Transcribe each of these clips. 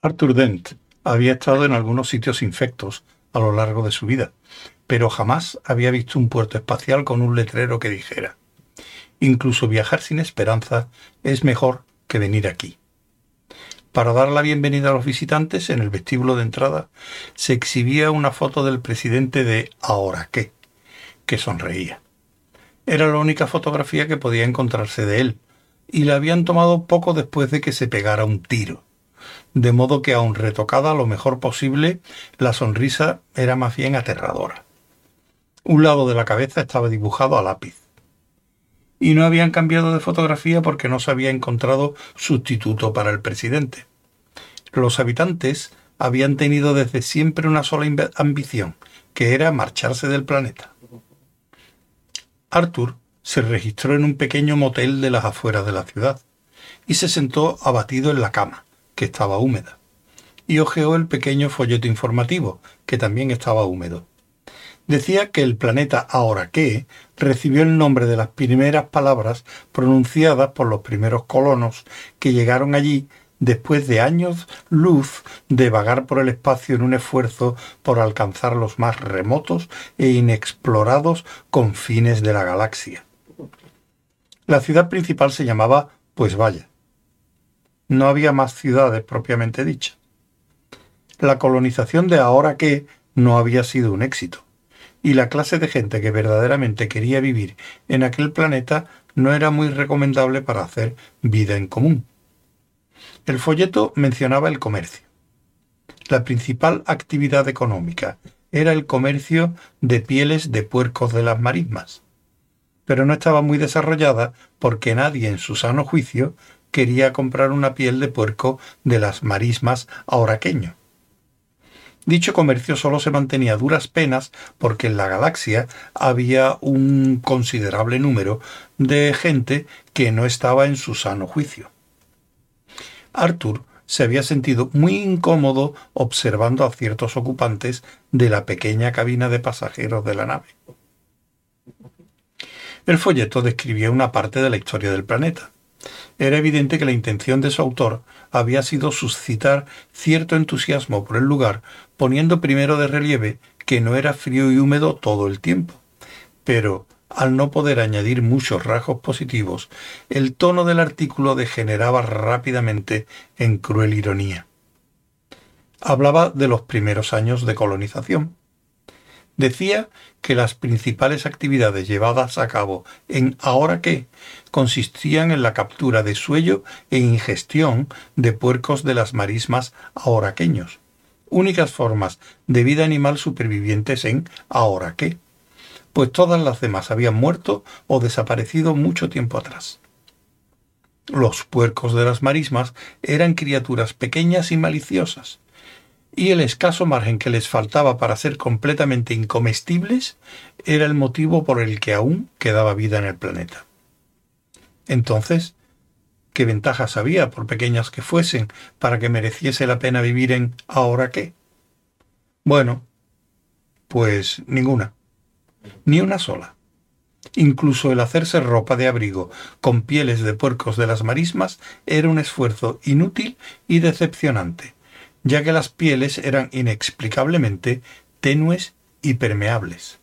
Arthur Dent había estado en algunos sitios infectos a lo largo de su vida, pero jamás había visto un puerto espacial con un letrero que dijera: incluso viajar sin esperanza es mejor que venir aquí. Para dar la bienvenida a los visitantes, en el vestíbulo de entrada se exhibía una foto del presidente de Ahora qué, que sonreía. Era la única fotografía que podía encontrarse de él, y la habían tomado poco después de que se pegara un tiro. De modo que, aun retocada lo mejor posible, la sonrisa era más bien aterradora. Un lado de la cabeza estaba dibujado a lápiz. Y no habían cambiado de fotografía porque no se había encontrado sustituto para el presidente. Los habitantes habían tenido desde siempre una sola ambición, que era marcharse del planeta. Arthur se registró en un pequeño motel de las afueras de la ciudad y se sentó abatido en la cama, que estaba húmeda, y hojeó el pequeño folleto informativo, que también estaba húmedo. Decía que el planeta Ahora qué recibió el nombre de las primeras palabras pronunciadas por los primeros colonos que llegaron allí después de años luz de vagar por el espacio en un esfuerzo por alcanzar los más remotos e inexplorados confines de la galaxia. La ciudad principal se llamaba Pues Vaya. No había más ciudades propiamente dichas. La colonización de Ahora qué no había sido un éxito, y la clase de gente que verdaderamente quería vivir en aquel planeta no era muy recomendable para hacer vida en común. El folleto mencionaba el comercio. La principal actividad económica era el comercio de pieles de puercos de las marismas, pero no estaba muy desarrollada porque nadie en su sano juicio quería comprar una piel de puerco de las marismas auraqueño. Dicho comercio solo se mantenía a duras penas porque en la galaxia había un considerable número de gente que no estaba en su sano juicio. Arthur se había sentido muy incómodo observando a ciertos ocupantes de la pequeña cabina de pasajeros de la nave. El folleto describía una parte de la historia del planeta. Era evidente que la intención de su autor había sido suscitar cierto entusiasmo por el lugar, poniendo primero de relieve que no era frío y húmedo todo el tiempo. Pero, al no poder añadir muchos rasgos positivos, el tono del artículo degeneraba rápidamente en cruel ironía. Hablaba de los primeros años de colonización. Decía que las principales actividades llevadas a cabo en Ahora qué consistían en la captura de suello e ingestión de puercos de las marismas auraqueños, únicas formas de vida animal supervivientes en Ahora qué, pues todas las demás habían muerto o desaparecido mucho tiempo atrás. Los puercos de las marismas eran criaturas pequeñas y maliciosas, y el escaso margen que les faltaba para ser completamente incomestibles era el motivo por el que aún quedaba vida en el planeta. Entonces, ¿qué ventajas había, por pequeñas que fuesen, para que mereciese la pena vivir en Ahora qué? Bueno, pues ninguna. Ni una sola. Incluso el hacerse ropa de abrigo con pieles de puercos de las marismas era un esfuerzo inútil y decepcionante, ya que las pieles eran inexplicablemente tenues y permeables.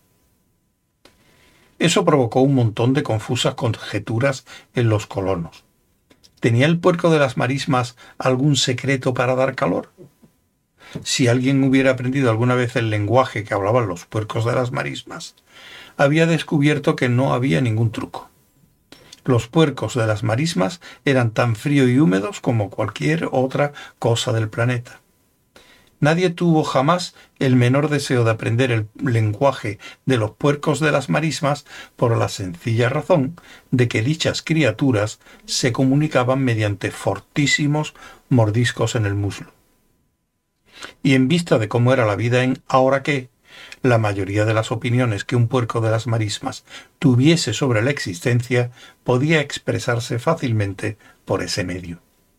Eso provocó un montón de confusas conjeturas en los colonos. ¿Tenía el puerco de las marismas algún secreto para dar calor? Si alguien hubiera aprendido alguna vez el lenguaje que hablaban los puercos de las marismas, había descubierto que no había ningún truco. Los puercos de las marismas eran tan fríos y húmedos como cualquier otra cosa del planeta. Nadie tuvo jamás el menor deseo de aprender el lenguaje de los puercos de las marismas por la sencilla razón de que dichas criaturas se comunicaban mediante fortísimos mordiscos en el muslo. Y en vista de cómo era la vida en Ahora qué, la mayoría de las opiniones que un puerco de las marismas tuviese sobre la existencia podía expresarse fácilmente por ese medio.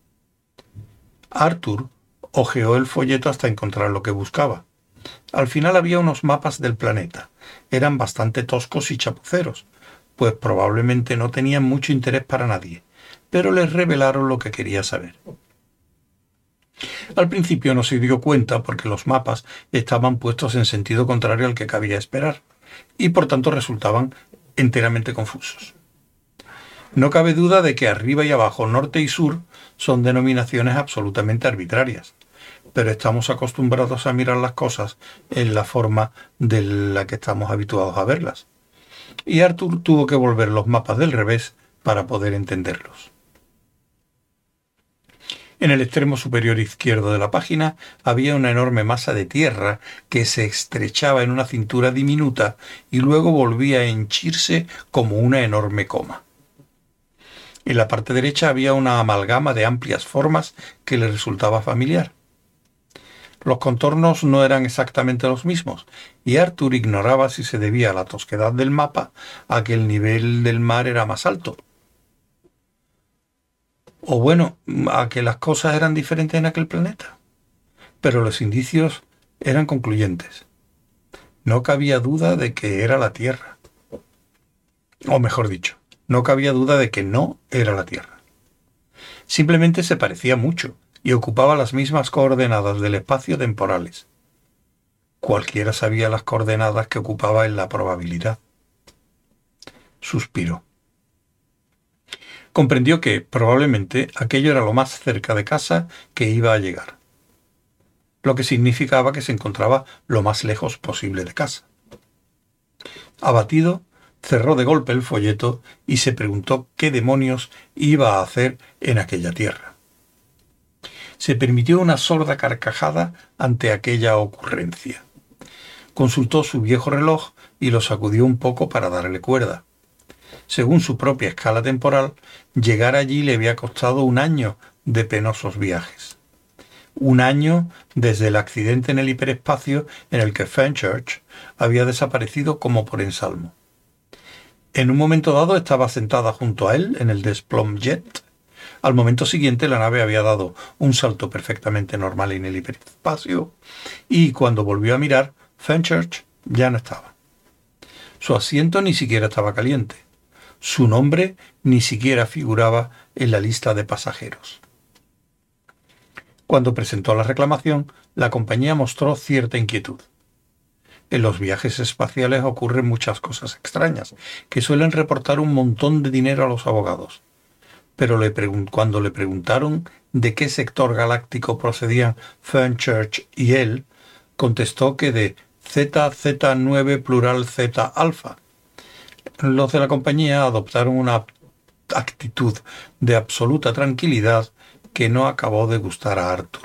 Arthur hojeó el folleto hasta encontrar lo que buscaba. Al final había unos mapas del planeta. Eran bastante toscos y chapuceros, pues probablemente no tenían mucho interés para nadie, pero les revelaron lo que quería saber. Al principio no se dio cuenta porque los mapas estaban puestos en sentido contrario al que cabía esperar, y por tanto resultaban enteramente confusos. No cabe duda de que arriba y abajo, norte y sur, son denominaciones absolutamente arbitrarias, pero estamos acostumbrados a mirar las cosas en la forma de la que estamos habituados a verlas. Y Arthur tuvo que volver los mapas del revés para poder entenderlos. En el extremo superior izquierdo de la página había una enorme masa de tierra que se estrechaba en una cintura diminuta y luego volvía a henchirse como una enorme coma. En la parte derecha había una amalgama de amplias formas que le resultaba familiar. Los contornos no eran exactamente los mismos, y Arthur ignoraba si se debía a la tosquedad del mapa, a que el nivel del mar era más alto, o bueno, a que las cosas eran diferentes en aquel planeta. Pero los indicios eran concluyentes. No cabía duda de que era la Tierra. O mejor dicho, no cabía duda de que no era la Tierra. Simplemente se parecía mucho y ocupaba las mismas coordenadas del espacio temporales. Cualquiera sabía las coordenadas que ocupaba en la probabilidad. Suspiró. Comprendió que, probablemente, aquello era lo más cerca de casa que iba a llegar, lo que significaba que se encontraba lo más lejos posible de casa. Abatido, cerró de golpe el folleto y se preguntó qué demonios iba a hacer en aquella tierra. Se permitió una sorda carcajada ante aquella ocurrencia. Consultó su viejo reloj y lo sacudió un poco para darle cuerda. Según su propia escala temporal, llegar allí le había costado 1 año de penosos viajes. 1 año desde el accidente en el hiperespacio en el que Fenchurch había desaparecido como por ensalmo. En un momento dado estaba sentada junto a él en el desplom jet. Al momento siguiente la nave había dado un salto perfectamente normal en el hiperespacio y cuando volvió a mirar, Fenchurch ya no estaba. Su asiento ni siquiera estaba caliente. Su nombre ni siquiera figuraba en la lista de pasajeros. Cuando presentó la reclamación, la compañía mostró cierta inquietud. En los viajes espaciales ocurren muchas cosas extrañas, que suelen reportar un montón de dinero a los abogados. Pero cuando le preguntaron de qué sector galáctico procedían Fenchurch y él, contestó que de ZZ9 plural Z alfa. Los de la compañía adoptaron una actitud de absoluta tranquilidad que no acabó de gustar a Arthur.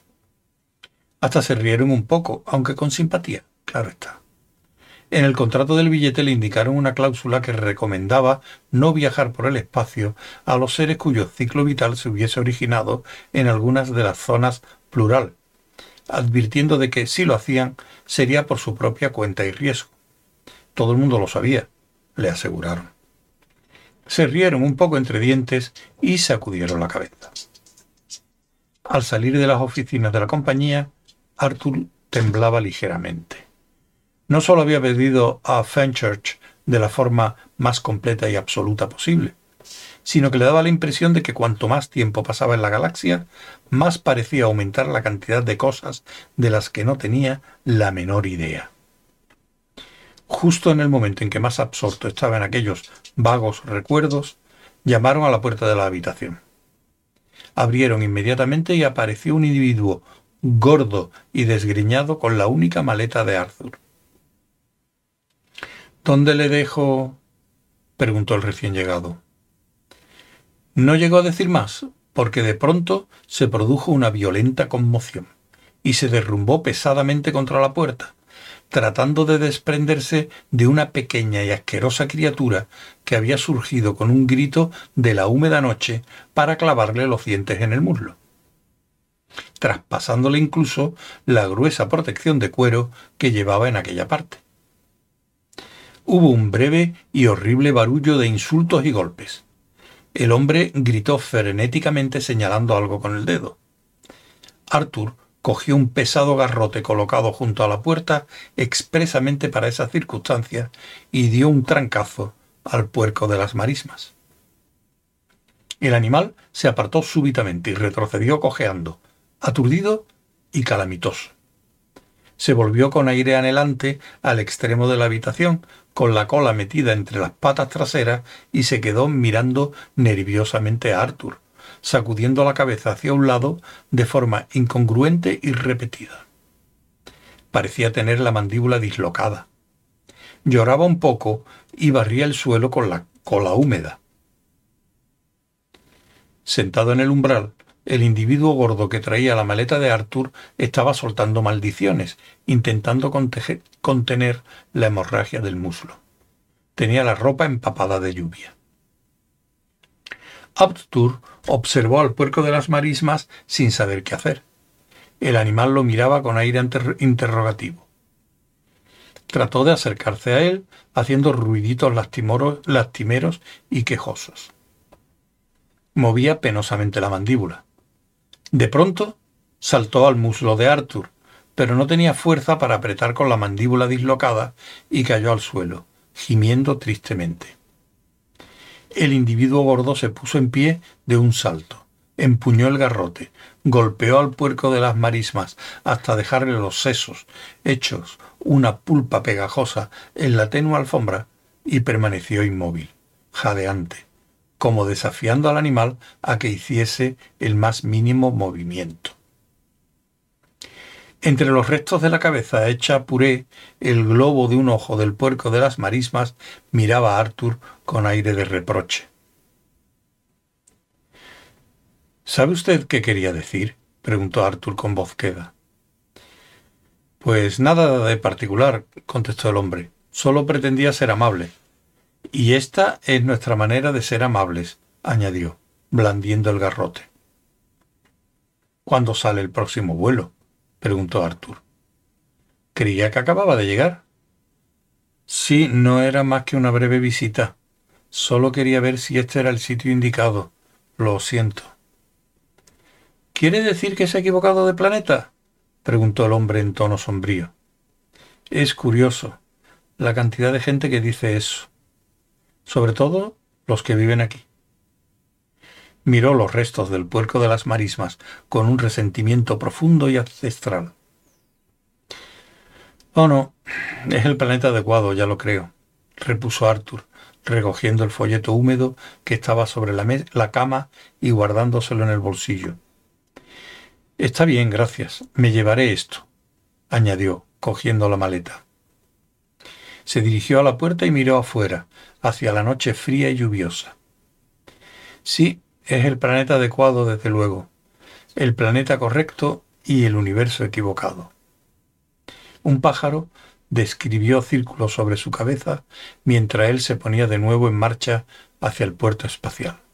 Hasta se rieron un poco, aunque con simpatía, claro está. En el contrato del billete le indicaron una cláusula que recomendaba no viajar por el espacio a los seres cuyo ciclo vital se hubiese originado en algunas de las zonas plural, advirtiendo de que si lo hacían sería por su propia cuenta y riesgo. Todo el mundo lo sabía, le aseguraron. Se rieron un poco entre dientes y sacudieron la cabeza. Al salir de las oficinas de la compañía, Arthur temblaba ligeramente. No solo había pedido a Fenchurch de la forma más completa y absoluta posible, sino que le daba la impresión de que cuanto más tiempo pasaba en la galaxia, más parecía aumentar la cantidad de cosas de las que no tenía la menor idea. Justo en el momento en que más absorto estaba en aquellos vagos recuerdos, llamaron a la puerta de la habitación. Abrieron inmediatamente y apareció un individuo gordo y desgreñado con la única maleta de Arthur. —¿Dónde le dejo? —preguntó el recién llegado. No llegó a decir más, porque de pronto se produjo una violenta conmoción y se derrumbó pesadamente contra la puerta, tratando de desprenderse de una pequeña y asquerosa criatura que había surgido con un grito de la húmeda noche para clavarle los dientes en el muslo, traspasándole incluso la gruesa protección de cuero que llevaba en aquella parte. Hubo un breve y horrible barullo de insultos y golpes. El hombre gritó frenéticamente señalando algo con el dedo. Arthur cogió un pesado garrote colocado junto a la puerta expresamente para esas circunstancias y dio un trancazo al puerco de las marismas. El animal se apartó súbitamente y retrocedió cojeando, aturdido y calamitoso. Se volvió con aire anhelante al extremo de la habitación, con la cola metida entre las patas traseras, y se quedó mirando nerviosamente a Arthur, sacudiendo la cabeza hacia un lado de forma incongruente y repetida. Parecía tener la mandíbula dislocada. Lloraba un poco y barría el suelo con la cola húmeda. Sentado en el umbral, el individuo gordo que traía la maleta de Arthur estaba soltando maldiciones, intentando contener la hemorragia del muslo. Tenía la ropa empapada de lluvia. Arthur observó al puerco de las marismas sin saber qué hacer. El animal lo miraba con aire interrogativo. Trató de acercarse a él, haciendo ruiditos lastimeros y quejosos. Movía penosamente la mandíbula. De pronto saltó al muslo de Arthur, pero no tenía fuerza para apretar con la mandíbula dislocada y cayó al suelo, gimiendo tristemente. El individuo gordo se puso en pie de un salto, empuñó el garrote, golpeó al puerco de las marismas hasta dejarle los sesos hechos una pulpa pegajosa en la tenue alfombra y permaneció inmóvil, jadeante, como desafiando al animal a que hiciese el más mínimo movimiento. Entre los restos de la cabeza hecha puré, el globo de un ojo del puerco de las marismas miraba a Arthur con aire de reproche. —¿Sabe usted qué quería decir? —preguntó Arthur con voz queda. —Pues nada de particular —contestó el hombre—, solo pretendía ser amable. —Y esta es nuestra manera de ser amables —añadió, blandiendo el garrote. —¿Cuándo sale el próximo vuelo? —preguntó Arthur. —Creía que acababa de llegar. —Sí, no era más que una breve visita. Solo quería ver si este era el sitio indicado. Lo siento. —¿Quiere decir que se ha equivocado de planeta? —preguntó el hombre en tono sombrío. Es curioso la cantidad de gente que dice eso, sobre todo los que viven aquí. Miró los restos del puerco de las marismas con un resentimiento profundo y ancestral. —Oh, no, es el planeta adecuado, ya lo creo —repuso Arthur, recogiendo el folleto húmedo que estaba sobre la cama y guardándoselo en el bolsillo. —Está bien, gracias. Me llevaré esto —añadió, cogiendo la maleta. Se dirigió a la puerta y miró afuera, hacia la noche fría y lluviosa. Sí, es el planeta adecuado, desde luego. El planeta correcto y el universo equivocado. Un pájaro describió círculos sobre su cabeza mientras él se ponía de nuevo en marcha hacia el puerto espacial.